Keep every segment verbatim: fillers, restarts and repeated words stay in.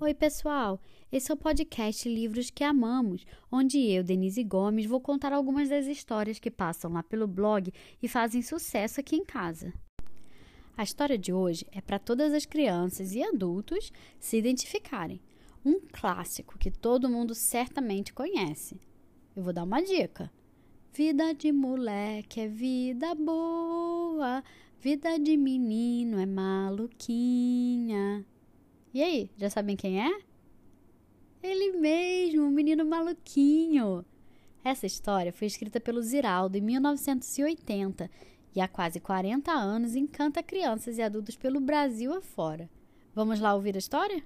Oi, pessoal! Esse é o podcast Livros que Amamos, onde eu, Denise Gomes, vou contar algumas das histórias que passam lá pelo blog e fazem sucesso aqui em casa. A história de hoje é para todas as crianças e adultos se identificarem. Um clássico que todo mundo certamente conhece. Eu vou dar uma dica. Vida de moleque é vida boa, vida de menino é maluquinha. E aí, já sabem quem é? Ele mesmo, o menino maluquinho. Essa história foi escrita pelo Ziraldo em mil novecentos e oitenta e há quase quarenta anos encanta crianças e adultos pelo Brasil afora. Vamos lá ouvir a história?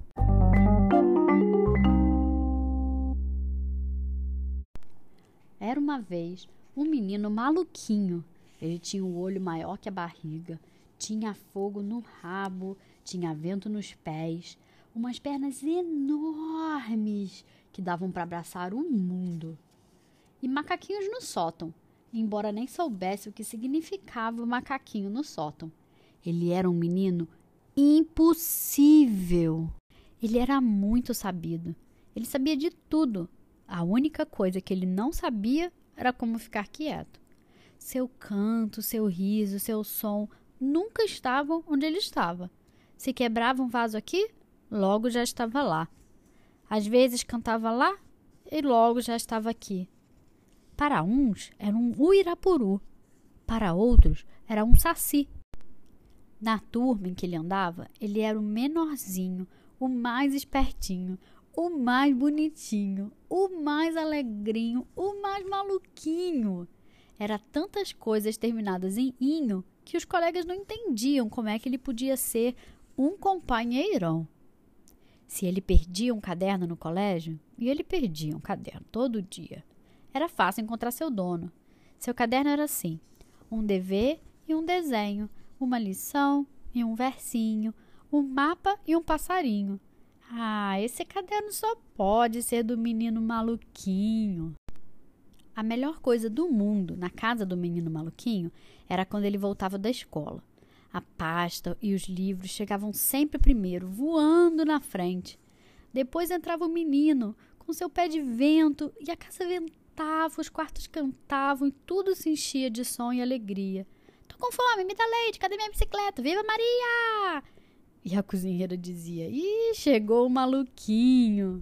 Era uma vez um menino maluquinho. Ele tinha o olho maior que a barriga, tinha fogo no rabo, tinha vento nos pés, umas pernas enormes que davam para abraçar o mundo. E macaquinhos no sótão, embora nem soubesse o que significava o macaquinho no sótão. Ele era um menino impossível. Ele era muito sabido. Ele sabia de tudo. A única coisa que ele não sabia era como ficar quieto. Seu canto, seu riso, seu som nunca estavam onde ele estava. Se quebrava um vaso aqui, logo já estava lá. Às vezes cantava lá e logo já estava aqui. Para uns era um uirapuru, para outros era um saci. Na turma em que ele andava, ele era o menorzinho, o mais espertinho, o mais bonitinho, o mais alegrinho, o mais maluquinho. Era tantas coisas terminadas em inho que os colegas não entendiam como é que ele podia ser um companheirão. Se ele perdia um caderno no colégio, e ele perdia um caderno todo dia, era fácil encontrar seu dono. Seu caderno era assim, um dever e um desenho, uma lição e um versinho, um mapa e um passarinho. Ah, esse caderno só pode ser do menino maluquinho. A melhor coisa do mundo na casa do menino maluquinho era quando ele voltava da escola. A pasta e os livros chegavam sempre primeiro, voando na frente. Depois entrava o menino, com seu pé de vento, e a casa ventava, os quartos cantavam e tudo se enchia de som e alegria. Tô com fome, me dá leite, cadê minha bicicleta? Viva Maria! E a cozinheira dizia, ih, chegou o maluquinho.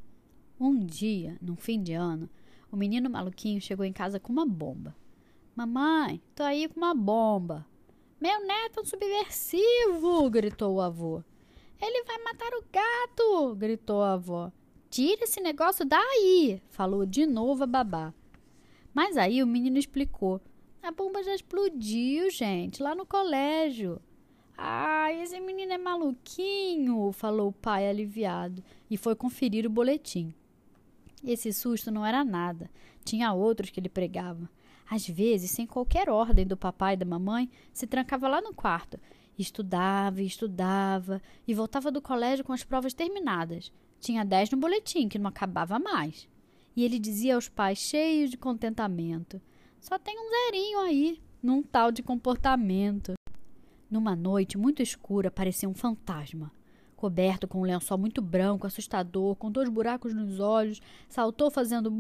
Um dia, num fim de ano, o menino maluquinho chegou em casa com uma bomba. Mamãe, tô aí com uma bomba. Meu neto é um subversivo, gritou o avô. Ele vai matar o gato, gritou a avó. Tira esse negócio daí, falou de novo a babá. Mas aí o menino explicou. A bomba já explodiu, gente, lá no colégio. Ah, esse menino é maluquinho, falou o pai aliviado e foi conferir o boletim. Esse susto não era nada. Tinha outros que ele pregava. Às vezes, sem qualquer ordem do papai e da mamãe, se trancava lá no quarto. Estudava e estudava e voltava do colégio com as provas terminadas. Tinha dez no boletim, que não acabava mais. E ele dizia aos pais, cheio de contentamento, só tem um zerinho aí, num tal de comportamento. Numa noite muito escura, apareceu um fantasma. Coberto com um lençol muito branco, assustador, com dois buracos nos olhos, saltou fazendo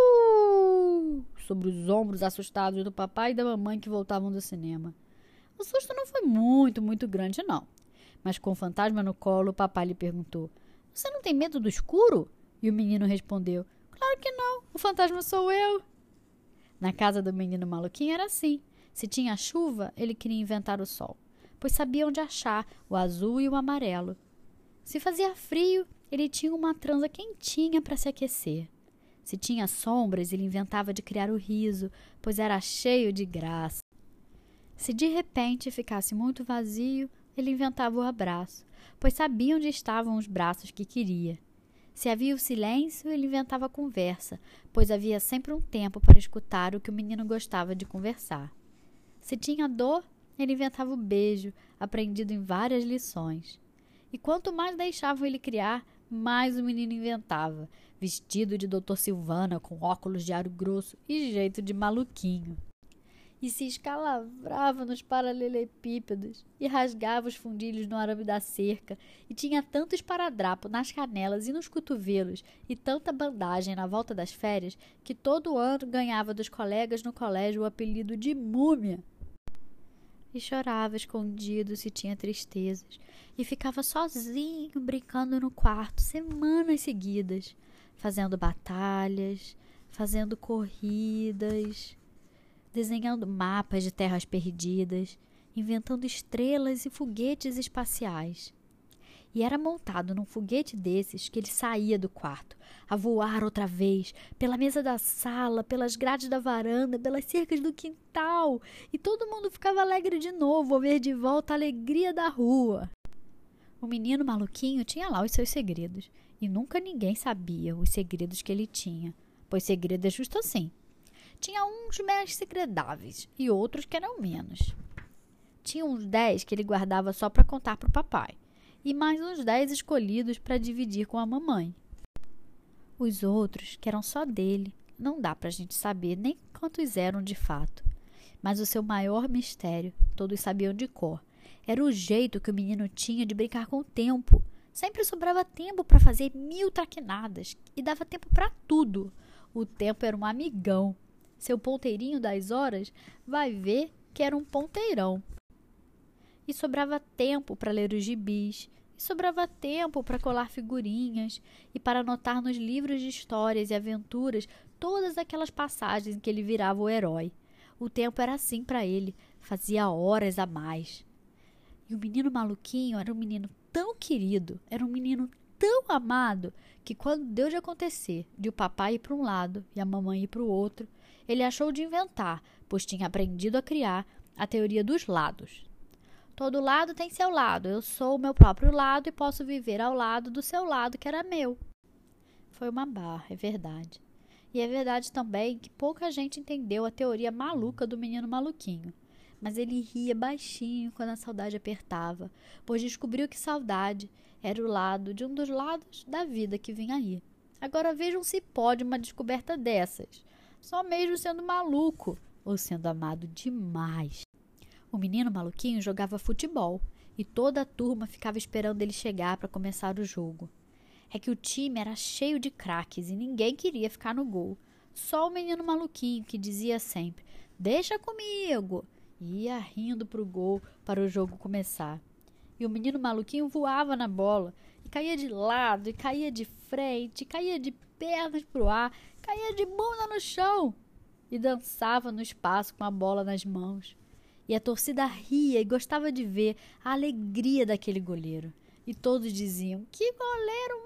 buuuu sobre os ombros assustados do papai e da mamãe que voltavam do cinema. O susto não foi muito, muito grande, não. Mas com o fantasma no colo, o papai lhe perguntou, você não tem medo do escuro? E o menino respondeu, claro que não, o fantasma sou eu. Na casa do menino maluquinho era assim. Se tinha chuva, ele queria inventar o sol, pois sabia onde achar o azul e o amarelo. Se fazia frio, ele tinha uma trança quentinha para se aquecer. Se tinha sombras, ele inventava de criar o riso, pois era cheio de graça. Se de repente ficasse muito vazio, ele inventava o abraço, pois sabia onde estavam os braços que queria. Se havia o silêncio, ele inventava a conversa, pois havia sempre um tempo para escutar o que o menino gostava de conversar. Se tinha dor, ele inventava o beijo, aprendido em várias lições. E quanto mais deixavam ele criar, mais o menino inventava, vestido de doutor Silvana, com óculos de aro grosso e jeito de maluquinho. e se escalavrava nos paralelepípedos e rasgava os fundilhos no arame da cerca e tinha tanto esparadrapo nas canelas e nos cotovelos e tanta bandagem na volta das férias que todo ano ganhava dos colegas no colégio o apelido de múmia. E chorava escondido se tinha tristezas e ficava sozinho brincando no quarto semanas seguidas, fazendo batalhas, fazendo corridas, desenhando mapas de terras perdidas, inventando estrelas e foguetes espaciais. E era montado num foguete desses que ele saía do quarto, a voar outra vez, pela mesa da sala, pelas grades da varanda, pelas cercas do quintal, e todo mundo ficava alegre de novo ao ver de volta a alegria da rua. O menino maluquinho tinha lá os seus segredos, e nunca ninguém sabia os segredos que ele tinha, pois segredo é justo assim. Tinha uns mais segredáveis e outros que eram menos. Tinha uns dez que ele guardava só para contar para o papai, e mais uns dez escolhidos para dividir com a mamãe. Os outros, que eram só dele, não dá para a gente saber nem quantos eram de fato. Mas o seu maior mistério, todos sabiam de cor, era o jeito que o menino tinha de brincar com o tempo. Sempre sobrava tempo para fazer mil traquinadas e dava tempo para tudo. O tempo era um amigão. Seu ponteirinho das horas vai ver que era um ponteirão. E sobrava tempo para ler os gibis, e sobrava tempo para colar figurinhas e para anotar nos livros de histórias e aventuras todas aquelas passagens em que ele virava o herói. O tempo era assim para ele, fazia horas a mais. E o menino maluquinho era um menino tão querido, era um menino tão amado, que quando deu de acontecer de o papai ir para um lado e a mamãe ir para o outro, ele achou de inventar, pois tinha aprendido a criar, a teoria dos lados. Todo lado tem seu lado, eu sou o meu próprio lado e posso viver ao lado do seu lado, que era meu. Foi uma barra, é verdade. E é verdade também que pouca gente entendeu a teoria maluca do menino maluquinho. Mas ele ria baixinho quando a saudade apertava, pois descobriu que saudade era o lado de um dos lados da vida que vinha aí. Agora vejam se pode uma descoberta dessas, só mesmo sendo maluco ou sendo amado demais. O menino maluquinho jogava futebol e toda a turma ficava esperando ele chegar para começar o jogo. É que o time era cheio de craques e ninguém queria ficar no gol. Só o menino maluquinho que dizia sempre, deixa comigo, e ia rindo para o gol para o jogo começar. E o menino maluquinho voava na bola e caía de lado, e caía de frente, e caía de pernas para o ar, caía de bunda no chão e dançava no espaço com a bola nas mãos. E a torcida ria e gostava de ver a alegria daquele goleiro. E todos diziam, que goleiro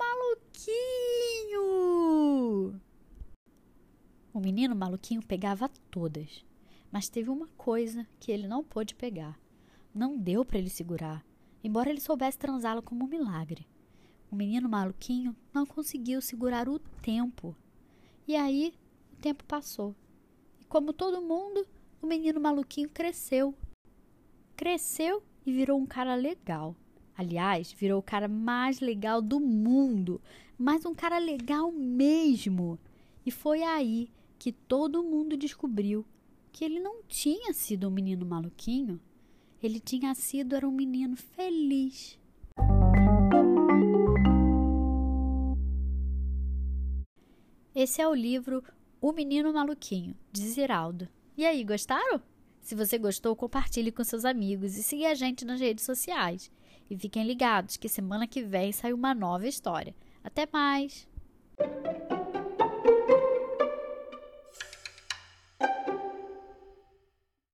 maluquinho! O menino maluquinho pegava todas, mas teve uma coisa que ele não pôde pegar. Não deu para ele segurar, embora ele soubesse transá-la como um milagre. O menino maluquinho não conseguiu segurar o tempo. E aí, o tempo passou. E como todo mundo, o menino maluquinho cresceu. Cresceu e virou um cara legal. Aliás, virou o cara mais legal do mundo. Mas um cara legal mesmo. E foi aí que todo mundo descobriu que ele não tinha sido um menino maluquinho. Ele tinha sido era um menino feliz. Esse é o livro O Menino Maluquinho, de Ziraldo. E aí, gostaram? Se você gostou, compartilhe com seus amigos e siga a gente nas redes sociais. E fiquem ligados que semana que vem sai uma nova história. Até mais!